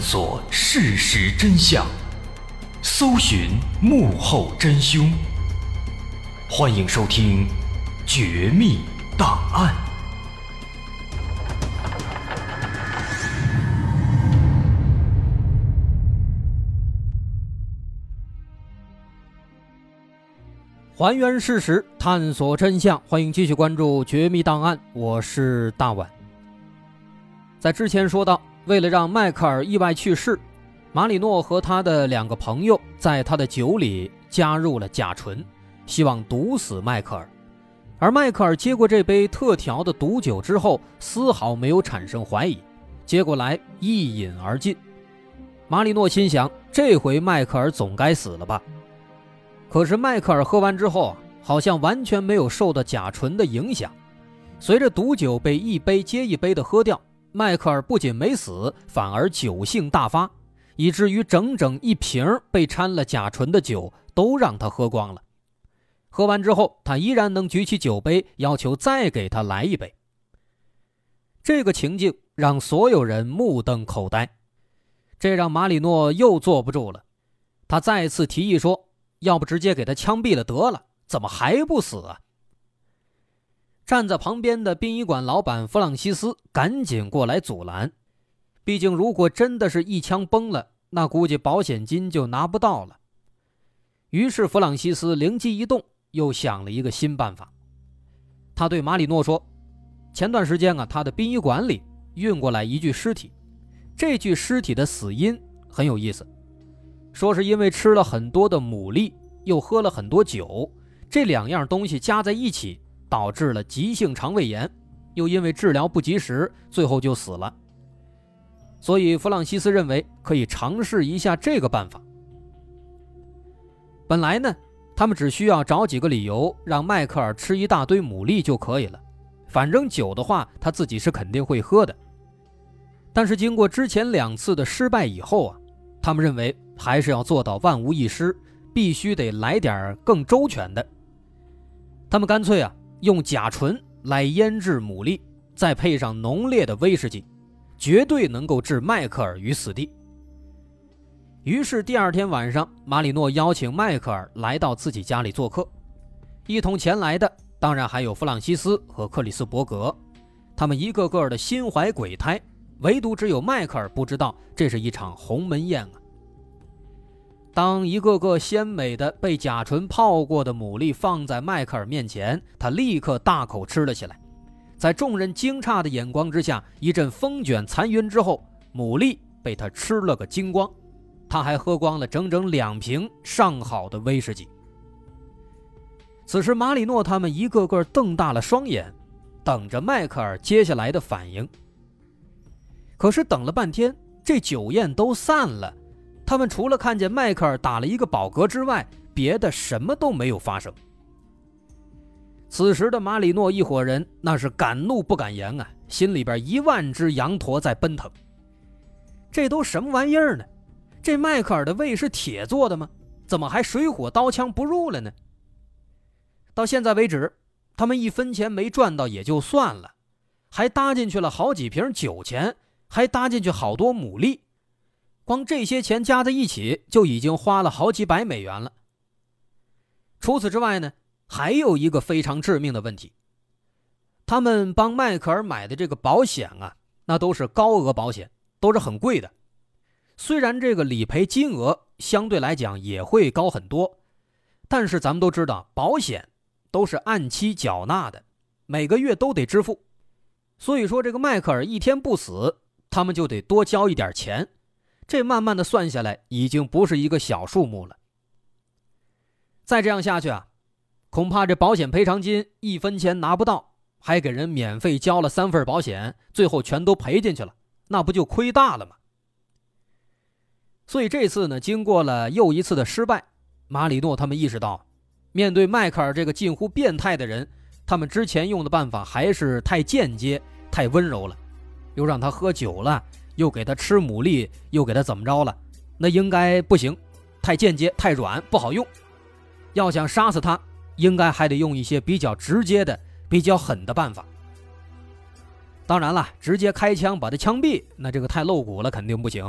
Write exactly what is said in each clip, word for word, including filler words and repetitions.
索事实真相，搜寻幕后真凶。欢迎收听《绝密档案》。 还原事实，探索真相，欢迎继续关注《绝密档案》，我是大碗。在之前说到，为了让迈克尔意外去世，马里诺和他的两个朋友在他的酒里加入了甲醇，希望毒死迈克尔。而迈克尔接过这杯特调的毒酒之后，丝毫没有产生怀疑，接过来一饮而尽。马里诺心想，这回迈克尔总该死了吧。可是迈克尔喝完之后啊，好像完全没有受到甲醇的影响。随着毒酒被一杯接一杯的喝掉，迈克尔不仅没死，反而酒性大发，以至于整整一瓶被掺了甲醇的酒都让他喝光了。喝完之后，他依然能举起酒杯，要求再给他来一杯。这个情境让所有人目瞪口呆，这让马里诺又坐不住了。他再次提议说，要不直接给他枪毙了得了，怎么还不死啊？站在旁边的殡仪馆老板弗朗西斯赶紧过来阻拦，毕竟如果真的是一枪崩了，那估计保险金就拿不到了。于是弗朗西斯灵机一动，又想了一个新办法。他对马里诺说，前段时间啊，他的殡仪馆里运过来一具尸体，这具尸体的死因很有意思，说是因为吃了很多的牡蛎，又喝了很多酒，这两样东西加在一起导致了急性肠胃炎，又因为治疗不及时，最后就死了。所以弗朗西斯认为可以尝试一下这个办法。本来呢，他们只需要找几个理由让迈克尔吃一大堆牡蛎就可以了，反正酒的话他自己是肯定会喝的。但是经过之前两次的失败以后啊，他们认为还是要做到万无一失，必须得来点更周全的。他们干脆啊，用甲醇来腌制牡蛎，再配上浓烈的威士忌，绝对能够置迈克尔于死地。于是第二天晚上，马里诺邀请迈克尔来到自己家里做客，一同前来的当然还有弗朗西斯和克里斯伯格，他们一个个的心怀鬼胎，唯独只有迈克尔不知道这是一场鸿门宴啊。当一个个鲜美的被甲醇泡过的牡蛎放在迈克尔面前，他立刻大口吃了起来。在众人惊诧的眼光之下，一阵风卷残云之后，牡蛎被他吃了个精光，他还喝光了整整两瓶上好的威士忌。此时马里诺他们一个个瞪大了双眼，等着迈克尔接下来的反应。可是等了半天，这酒宴都散了，他们除了看见迈克尔打了一个饱嗝之外，别的什么都没有发生。此时的马里诺一伙人那是敢怒不敢言啊，心里边一万只羊驼在奔腾。这都什么玩意儿呢？这迈克尔的胃是铁做的吗？怎么还水火刀枪不入了呢？到现在为止，他们一分钱没赚到也就算了，还搭进去了好几瓶酒钱，还搭进去好多牡蛎，光这些钱加在一起就已经花了好几百美元了。除此之外呢，还有一个非常致命的问题，他们帮迈克尔买的这个保险啊，那都是高额保险，都是很贵的。虽然这个理赔金额相对来讲也会高很多，但是咱们都知道保险都是按期缴纳的，每个月都得支付。所以说这个迈克尔一天不死，他们就得多交一点钱，这慢慢的算下来已经不是一个小数目了。再这样下去啊，恐怕这保险赔偿金一分钱拿不到，还给人免费交了三份保险，最后全都赔进去了，那不就亏大了吗？所以这次呢，经过了又一次的失败，马里诺他们意识到，面对迈克尔这个近乎变态的人，他们之前用的办法还是太间接太温柔了，又让他喝酒了，又给他吃牡蛎，又给他怎么着了，那应该不行，太间接太软不好用。要想杀死他，应该还得用一些比较直接的比较狠的办法。当然了，直接开枪把他枪毙，那这个太露骨了，肯定不行。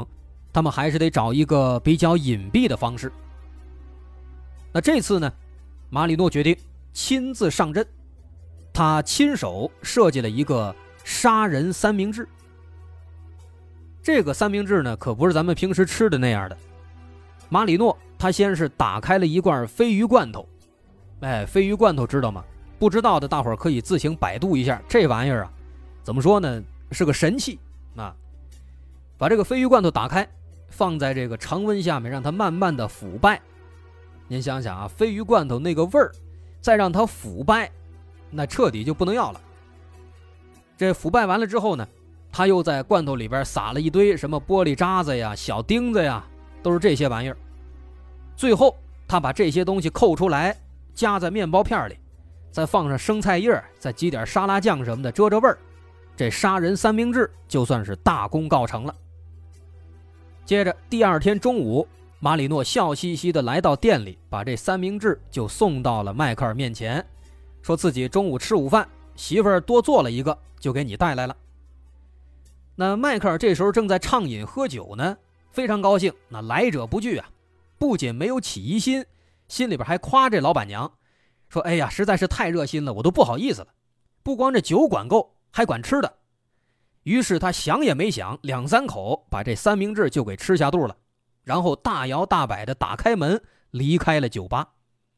他们还是得找一个比较隐蔽的方式。那这次呢，马里诺决定亲自上阵，他亲手设计了一个杀人三明治。这个三明治呢，可不是咱们平时吃的那样的。马里诺他先是打开了一罐鲱鱼罐头，哎，鲱鱼罐头知道吗？不知道的大伙儿可以自行百度一下，这玩意儿啊，怎么说呢，是个神器啊！把这个鲱鱼罐头打开，放在这个常温下面，让它慢慢的腐败。您想想啊，鲱鱼罐头那个味儿，再让它腐败，那彻底就不能要了。这腐败完了之后呢，他又在罐头里边撒了一堆什么玻璃渣子呀、小钉子呀，都是这些玩意儿。最后他把这些东西扣出来，夹在面包片里，再放上生菜叶，再挤点沙拉酱什么的遮遮味儿，这杀人三明治就算是大功告成了。接着第二天中午，马里诺笑嘻嘻地来到店里，把这三明治就送到了迈克尔面前，说自己中午吃午饭，媳妇儿多做了一个，就给你带来了。那迈克尔这时候正在畅饮喝酒呢，非常高兴，那来者不拒啊，不仅没有起疑心，心里边还夸这老板娘，说哎呀，实在是太热心了，我都不好意思了，不光这酒管够，还管吃的。于是他想也没想，两三口把这三明治就给吃下肚了，然后大摇大摆地打开门离开了酒吧。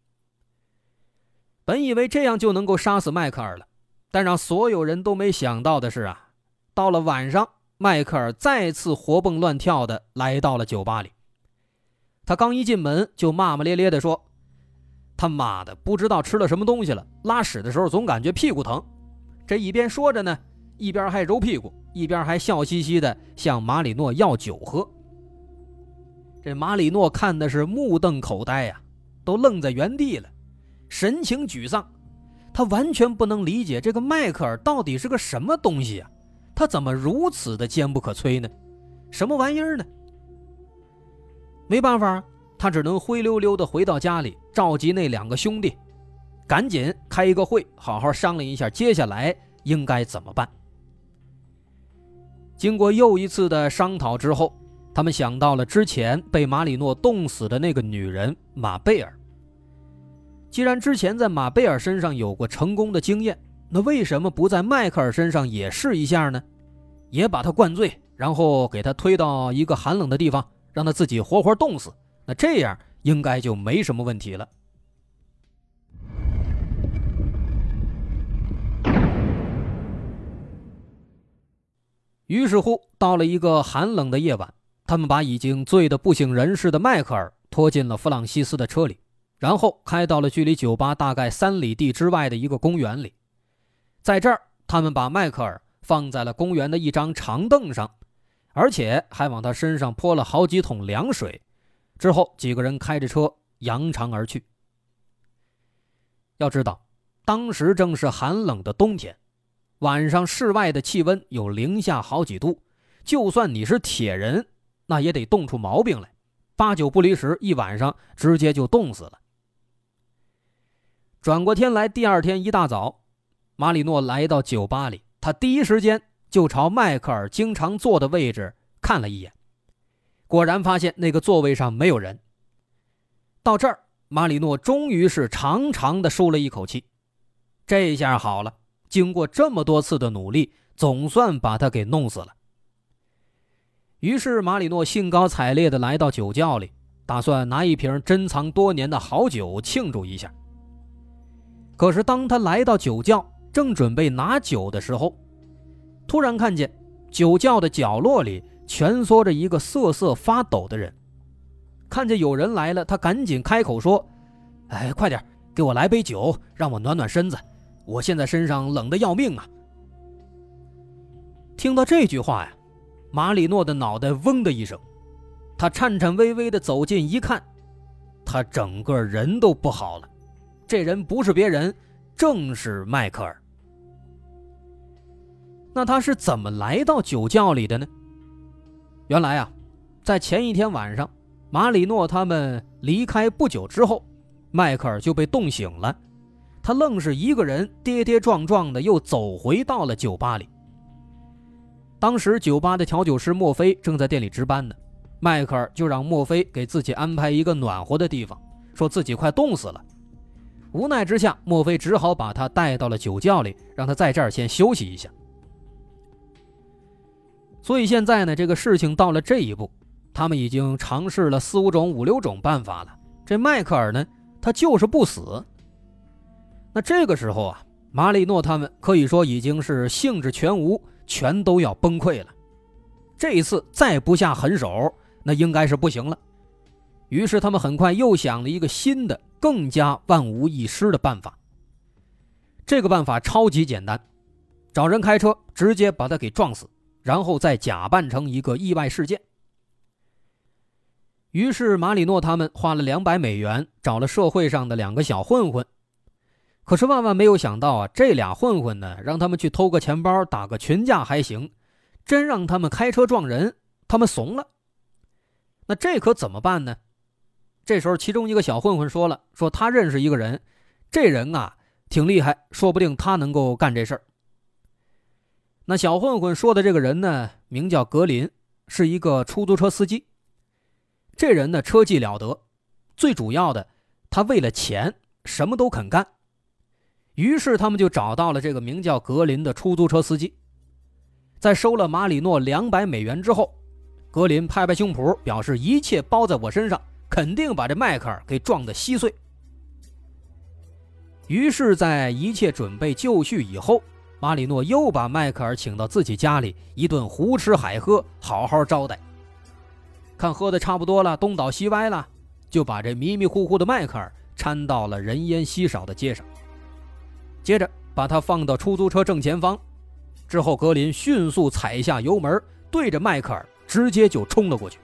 本以为这样就能够杀死迈克尔了，但让所有人都没想到的是啊，到了晚上，迈克尔再次活蹦乱跳地来到了酒吧里。他刚一进门就骂骂咧咧地说，他妈的不知道吃了什么东西了，拉屎的时候总感觉屁股疼。这一边说着呢，一边还揉屁股，一边还笑嘻嘻地向马里诺要酒喝。这马里诺看的是目瞪口呆呀、啊，都愣在原地了，神情沮丧。他完全不能理解这个迈克尔到底是个什么东西啊，他怎么如此的坚不可摧呢？什么玩意儿呢？没办法，他只能灰溜溜的回到家里，召集那两个兄弟，赶紧开一个会，好好商量一下接下来应该怎么办。经过又一次的商讨之后，他们想到了之前被马里诺冻死的那个女人马贝尔。既然之前在马贝尔身上有过成功的经验，那为什么不在迈克尔身上也试一下呢？也把他灌醉，然后给他推到一个寒冷的地方，让他自己活活冻死，那这样应该就没什么问题了。于是乎，到了一个寒冷的夜晚，他们把已经醉得不省人事的迈克尔拖进了弗朗西斯的车里，然后开到了距离酒吧大概三里地之外的一个公园里。在这儿，他们把迈克尔放在了公园的一张长凳上，而且还往他身上泼了好几桶凉水。之后几个人开着车扬长而去。要知道，当时正是寒冷的冬天，晚上室外的气温有零下好几度，就算你是铁人，那也得冻出毛病来，八九不离十，一晚上直接就冻死了。转过天来，第二天一大早，马里诺来到酒吧里，他第一时间就朝迈克尔经常坐的位置看了一眼，果然发现那个座位上没有人。到这儿，马里诺终于是长长的舒了一口气，这下好了，经过这么多次的努力，总算把他给弄死了。于是马里诺兴高采烈地来到酒窖里，打算拿一瓶珍藏多年的好酒庆祝一下。可是当他来到酒窖，正准备拿酒的时候，突然看见酒窖的角落里蜷缩着一个瑟瑟发抖的人。看见有人来了，他赶紧开口说，哎，快点给我来杯酒，让我暖暖身子，我现在身上冷得要命啊。听到这句话呀，马里诺的脑袋嗡的一声，他颤颤巍巍地走近一看，他整个人都不好了。这人不是别人，正是迈克尔。那他是怎么来到酒窖里的呢？原来啊，在前一天晚上，马里诺他们离开不久之后，迈克尔就被冻醒了，他愣是一个人跌跌撞撞的又走回到了酒吧里。当时酒吧的调酒师墨菲正在店里值班呢， 迈克尔就让墨菲给自己安排一个暖和的地方，说自己快冻死了。无奈之下，墨菲只好把他带到了酒窖里，让他在这儿先休息一下。所以现在呢，这个事情到了这一步，他们已经尝试了四五种五六种办法了，这迈克尔呢，他就是不死。那这个时候啊，马里诺他们可以说已经是兴致全无，全都要崩溃了。这一次再不下狠手，那应该是不行了。于是他们很快又想了一个新的更加万无一失的办法。这个办法超级简单，找人开车直接把他给撞死，然后再假扮成一个意外事件。于是马里诺他们花了两百美元找了社会上的两个小混混。可是万万没有想到啊，这俩混混呢，让他们去偷个钱包打个群架还行，真让他们开车撞人，他们怂了。那这可怎么办呢？这时候其中一个小混混说了，说他认识一个人，这人啊挺厉害，说不定他能够干这事儿。那小混混说的这个人呢，名叫格林，是一个出租车司机。这人呢车技了得，最主要的，他为了钱什么都肯干。于是他们就找到了这个名叫格林的出租车司机。在收了马里诺两百美元之后，格林拍拍胸脯，表示一切包在我身上，肯定把这迈克尔给撞得稀碎。于是在一切准备就绪以后，马里诺又把迈克尔请到自己家里，一顿胡吃海喝，好好招待。看喝的差不多了，东倒西歪了，就把这迷迷糊糊的迈克尔搀到了人烟稀少的街上，接着把他放到出租车正前方。之后格林迅速踩下油门，对着迈克尔直接就冲了过去。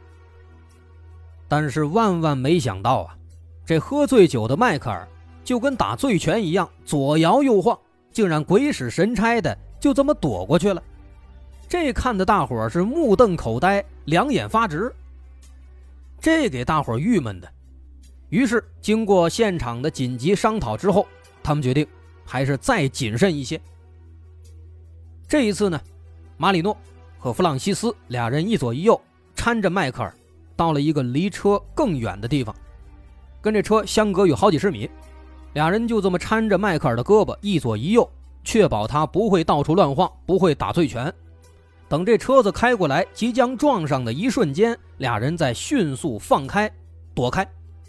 但是万万没想到啊，这喝醉酒的迈克尔就跟打醉拳一样，左摇右晃，竟然鬼使神差的就这么躲过去了。这看的大伙是目瞪口呆，两眼发直，这给大伙郁闷的。于是经过现场的紧急商讨之后，他们决定还是再谨慎一些。这一次呢，马里诺和弗朗西斯俩人一左一右搀着迈克尔到了一个离车更远的地方，跟这车相隔有好几十米。俩人就这么搀着迈克尔的胳膊一左一右，确保他不会到处乱晃，不会打醉拳。等这车子开过来即将撞上的一瞬间，俩人再迅速放开躲开。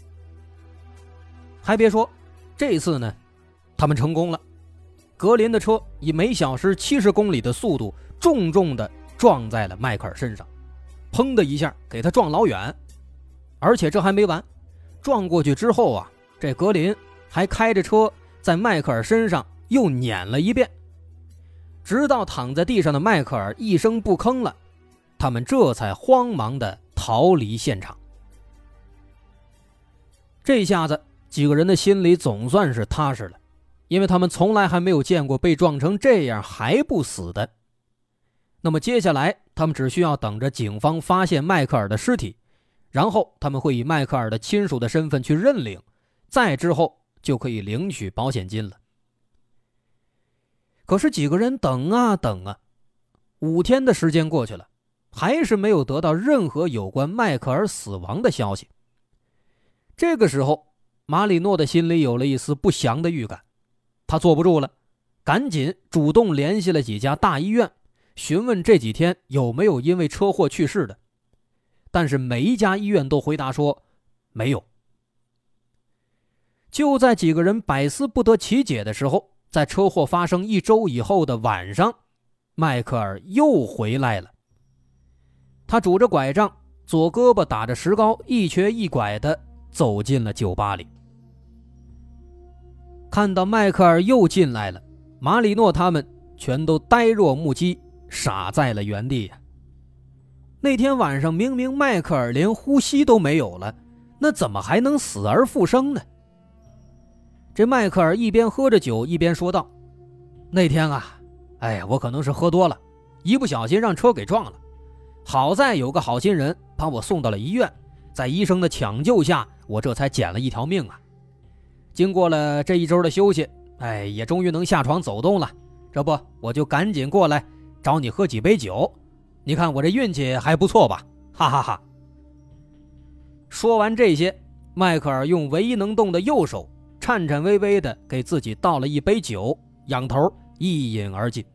还别说，这次呢他们成功了。格林的车以每小时七十公里的速度重重地撞在了迈克尔身上，砰的一下给他撞老远。而且这还没完，撞过去之后啊，这格林还开着车在迈克尔身上又碾了一遍，直到躺在地上的迈克尔一声不吭了，他们这才慌忙地逃离现场。这下子几个人的心里总算是踏实了，因为他们从来还没有见过被撞成这样还不死的。那么接下来他们只需要等着警方发现迈克尔的尸体，然后他们会以迈克尔的亲属的身份去认领，再之后就可以领取保险金了。可是几个人等啊等啊，五天的时间过去了，还是没有得到任何有关迈克尔死亡的消息。这个时候马里诺的心里有了一丝不祥的预感，他坐不住了，赶紧主动联系了几家大医院，询问这几天有没有因为车祸去世的。但是每一家医院都回答说没有。就在几个人百思不得其解的时候，在车祸发生一周以后的晚上，迈克尔又回来了。他拄着拐杖，左胳膊打着石膏，一瘸一拐地走进了酒吧里。看到迈克尔又进来了，马里诺他们全都呆若木鸡，傻在了原地呀。那天晚上明明迈克尔连呼吸都没有了，那怎么还能死而复生呢？这迈克尔一边喝着酒一边说道，那天啊，哎，我可能是喝多了，一不小心让车给撞了，好在有个好心人把我送到了医院，在医生的抢救下，我这才捡了一条命啊。经过了这一周的休息，哎，也终于能下床走动了，这不我就赶紧过来找你喝几杯酒，你看我这运气还不错吧，哈哈哈。 说完这些，迈克尔用唯一能动的右手颤颤巍巍地给自己倒了一杯酒，仰头一饮而尽。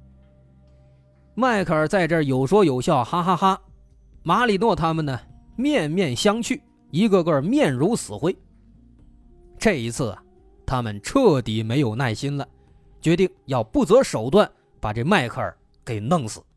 迈克尔在这儿有说有笑，哈哈哈哈。马里诺他们呢，面面相觑，一个个面如死灰。这一次啊，他们彻底没有耐心了，决定要不择手段把这迈克尔给弄死。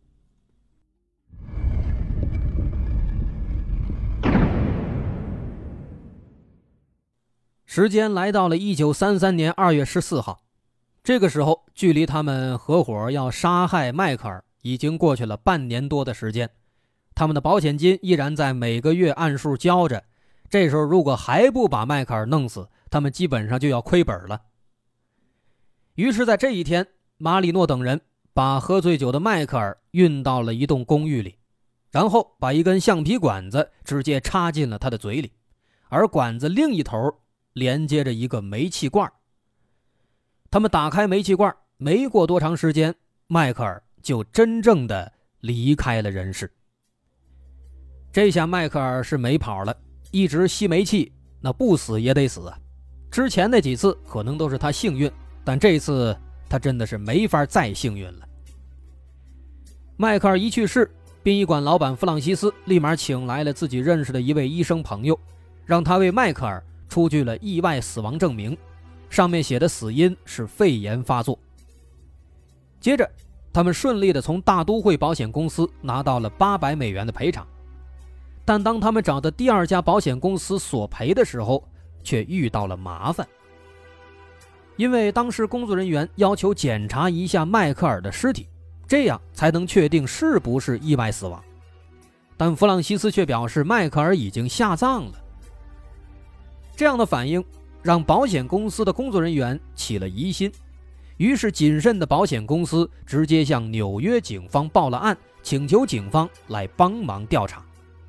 时间来到了一九三三年二月十四号，这个时候距离他们合伙要杀害迈克尔已经过去了半年多的时间，他们的保险金依然在每个月按数交着，这时候如果还不把迈克尔弄死，他们基本上就要亏本了。于是在这一天，马里诺等人把喝醉酒的迈克尔运到了一栋公寓里，然后把一根橡皮管子直接插进了他的嘴里，而管子另一头连接着一个煤气罐。他们打开煤气罐，没过多长时间，迈克尔就真正的离开了人世。这下迈克尔是没跑了，一直吸煤气，那不死也得死啊。之前那几次可能都是他幸运，但这次他真的是没法再幸运了。迈克尔一去世，殡仪馆老板弗朗西斯立马请来了自己认识的一位医生朋友，让他为迈克尔出具了意外死亡证明，上面写的死因是肺炎发作。接着他们顺利地从大都会保险公司拿到了八百美元的赔偿，但当他们找的第二家保险公司索赔的时候，却遇到了麻烦。因为当时工作人员要求检查一下迈克尔的尸体，这样才能确定是不是意外死亡，但弗朗西斯却表示迈克尔已经下葬了。这样的反应让保险公司的工作人员起了疑心，于是谨慎的保险公司直接向纽约警方报了案，请求警方来帮忙调查。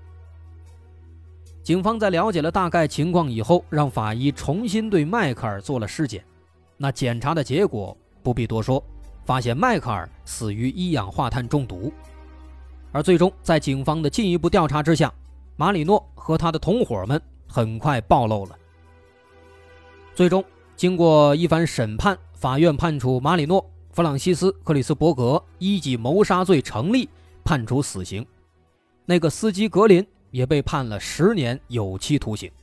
警方在了解了大概情况以后，让法医重新对迈克尔做了尸检。那检查的结果不必多说，发现迈克尔死于一氧化碳中毒。而最终在警方的进一步调查之下，马里诺和他的同伙们很快暴露了。最终经过一番审判，法院判处马里诺、弗朗西斯、克里斯伯格一级谋杀罪成立，判处死刑。那个司机格林也被判了十年有期徒刑。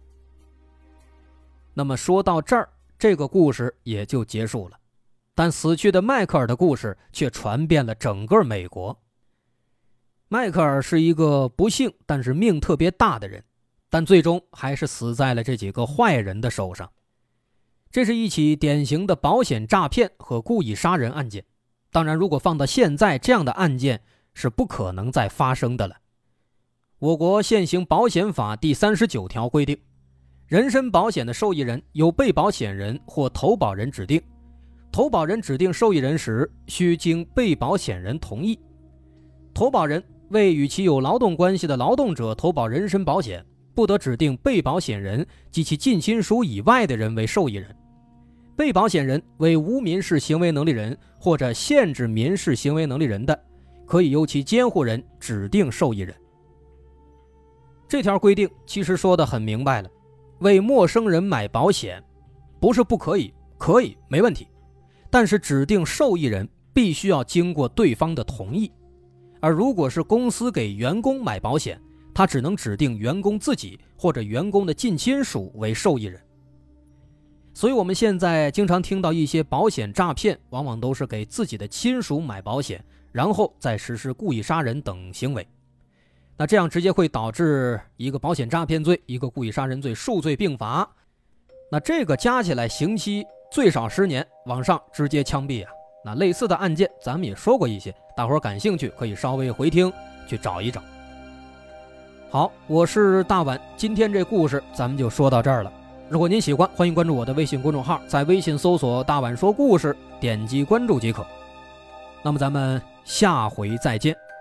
那么说到这儿，这个故事也就结束了。但死去的迈克尔的故事却传遍了整个美国。迈克尔是一个不幸但是命特别大的人，但最终还是死在了这几个坏人的手上。这是一起典型的保险诈骗和故意杀人案件。当然，如果放到现在，这样的案件是不可能再发生的了。我国现行保险法第三十九条规定，人身保险的受益人由被保险人或投保人指定，投保人指定受益人时需经被保险人同意。投保人为与其有劳动关系的劳动者投保人身保险，不得指定被保险人及其近亲属以外的人为受益人。被保险人为无民事行为能力人或者限制民事行为能力人的，可以由其监护人指定受益人。这条规定其实说得很明白了，为陌生人买保险不是不可以，可以，没问题，但是指定受益人必须要经过对方的同意。而如果是公司给员工买保险，他只能指定员工自己或者员工的近亲属为受益人。所以我们现在经常听到一些保险诈骗，往往都是给自己的亲属买保险，然后再实施故意杀人等行为。那这样直接会导致一个保险诈骗罪，一个故意杀人罪，数罪并罚。那这个加起来刑期最少十年，往上直接枪毙啊！那类似的案件咱们也说过一些，大伙儿感兴趣可以稍微回听去找一找。好，我是大碗，今天这故事咱们就说到这儿了。如果您喜欢，欢迎关注我的微信公众号，在微信搜索大碗说故事，点击关注即可。那么咱们下回再见。